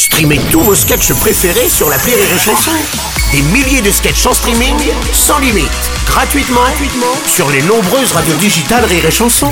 Streamez tous vos sketchs préférés sur l'appli Rire et Chanson. Des milliers de sketchs en streaming, sans limite, gratuitement sur les nombreuses radios digitales Rire et Chanson.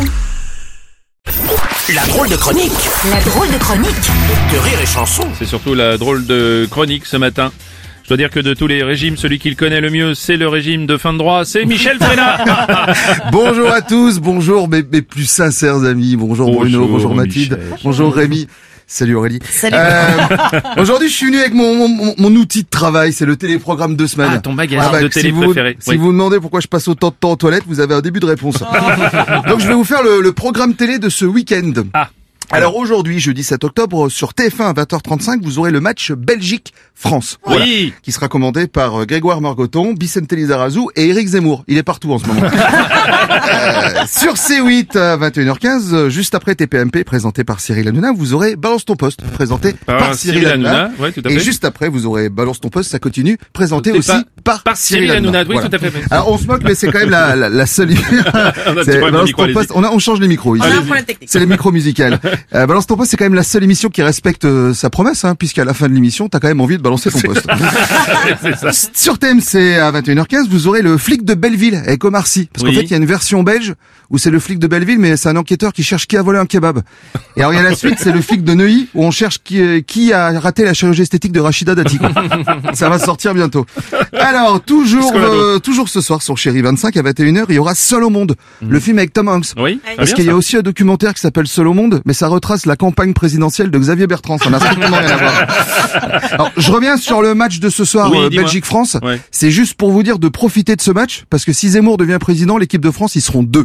La drôle de chronique. La drôle de chronique De Rire et Chanson. C'est surtout la drôle de chronique ce matin. Je dois dire que de tous les régimes, celui qu'il connaît le mieux, c'est le régime de fin de droit, c'est Michel Frenat. Bonjour à tous, bonjour mes plus sincères amis, bonjour Bruno, bonjour Mathilde, Michel. bonjour Rémi. Salut Aurélie. Salut. Aujourd'hui, je suis venu avec mon outil de travail, c'est le téléprogramme de semaine. Ah, ton magazine de télé si vous, préféré. Si Oui. vous vous demandez pourquoi je passe autant de temps aux toilettes, vous avez un début de réponse. Donc je vais vous faire le programme télé de ce week-end. Ah. Alors aujourd'hui, jeudi 7 octobre, sur TF1 à 20h35, vous aurez le match Belgique-France. Oui. Qui sera commandé par Grégoire Margoton, Vicente Lizarazu et Éric Zemmour. Il est partout en ce moment. Sur C8 à 21h15, juste après TPMP présenté par Cyril Hanouna, vous aurez Balance ton poste présenté par Cyril Hanouna. Ouais, tout à fait. Et juste après, vous aurez Balance ton poste, ça continue, présenté aussi par Cyril Hanouna. Oui, Voilà. tout à fait. Alors on se moque, mais c'est quand même la seule. On a un petit C'est problème de Balance micro, ton poste. allez-y. On change les micros ici. On a un problème technique. C'est les micros musicales. Balance ton poste, c'est quand même la seule émission qui respecte sa promesse, hein, puisqu'à la fin de l'émission, t'as quand même envie de balancer ton poste. C'est ça. Sur TMC à 21h15, vous aurez le flic de Belleville avec Omar Sy. Parce qu'en Oui. fait, il y a une version belge où c'est le flic de Belleville, mais c'est un enquêteur qui cherche qui a volé un kebab. Et alors il y a la suite, c'est le flic de Neuilly où on cherche qui a raté la chirurgie esthétique de Rachida Dati. quoi. Ça va sortir bientôt. Alors toujours ce soir sur Chéri 25 à 21h, il y aura Seul au monde, le film avec Tom Hanks. Oui. Parce qu'il y a aussi un documentaire qui s'appelle Seul au monde, mais ça retrace la campagne présidentielle de Xavier Bertrand. Ça n'a strictement rien à voir. Alors, je reviens sur le match de ce soir, Oui, dis-moi. Belgique-France. Ouais. C'est juste pour vous dire de profiter de ce match, parce que si Zemmour devient président, l'équipe de France, ils seront 2.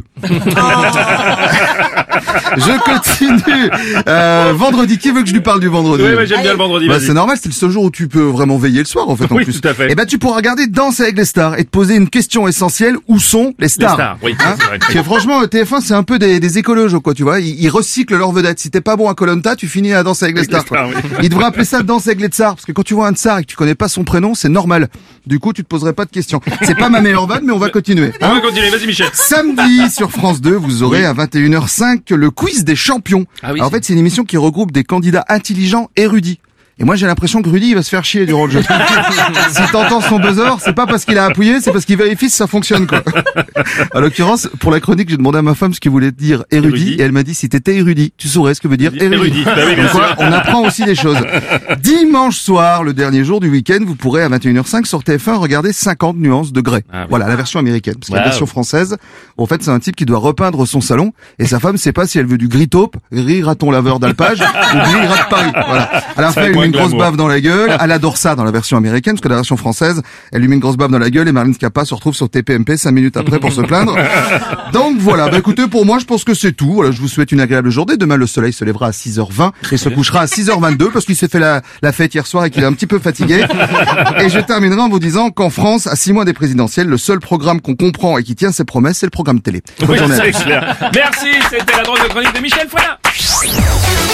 Je continue. Vendredi, qui veut que je lui parle du vendredi? Oui, j'aime bien le vendredi. Bah, vas-y. c'est normal, c'est le seul jour où tu peux vraiment veiller le soir, en fait, en Oui, plus. tout à fait. Et ben, tu pourras regarder Danse avec les stars et te poser une question essentielle. Où sont les Les stars? stars, oui, Hein c'est vrai. Parce que franchement, TF1, c'est un peu des écologes, quoi, tu vois. Ils recyclent leurs vedettes. Si t'es pas bon à Koh-Lanta, tu finis à Danse avec les stars, quoi. stars, oui. Ils devraient appeler ça Danse avec les tsars, parce que quand tu vois un tsar et que tu connais pas son prénom, c'est normal. Du coup, tu te poserais pas de questions. C'est pas ma meilleure vanne, mais on va continuer. On va continuer, vas-y Michel. Samedi, sur France 2, vous aurez à 21h05 le quiz des champions. Ah oui, Alors, en fait, c'est une émission qui regroupe des candidats intelligents et érudits. Et moi, j'ai l'impression que Rudy, il va se faire chier durant le jeu. Si t'entends son buzzer, c'est pas parce qu'il a appuyé, c'est parce qu'il vérifie si ça fonctionne, quoi. En l'occurrence, pour la chronique, j'ai demandé à ma femme ce qu'il voulait dire érudit, Érudit. et elle m'a dit si t'étais érudit, tu saurais ce que veut dire érudit. Érudit. Bah oui, bien Comme quoi, sûr. on apprend aussi des choses. Dimanche soir, le dernier jour du week-end, vous pourrez à 21h05 sur TF1 regarder 50 nuances de grès. Ah oui. Voilà, la version américaine. Parce que la Wow. version française, en fait, c'est un type qui doit repeindre son salon, et sa femme sait pas si elle veut du gris taupe, gris raton laveur d'alpage, ou gris rat de Paris. Voilà. À la fin, elle lui moins met une grosse glamour. bave dans la gueule. Elle adore ça dans la version américaine, parce que la version française, elle lui met une grosse bave dans la gueule et Marlène Schiappa se retrouve sur TPMP 5 minutes après pour se plaindre. Donc voilà, bah écoutez, pour moi, je pense que c'est tout. Voilà, je vous souhaite une agréable journée. Demain, le soleil se lèvera à 6h20 et se couchera à 6h22 parce qu'il s'est fait la fête hier soir et qu'il est un petit peu fatigué. Et je terminerai en vous disant qu'en France, à 6 mois des présidentielles, le seul programme qu'on comprend et qui tient ses promesses, c'est le programme télé. Bonne Oui, journée à tous. c'est clair. Merci, c'était la drôle de chronique de Michel Frenat.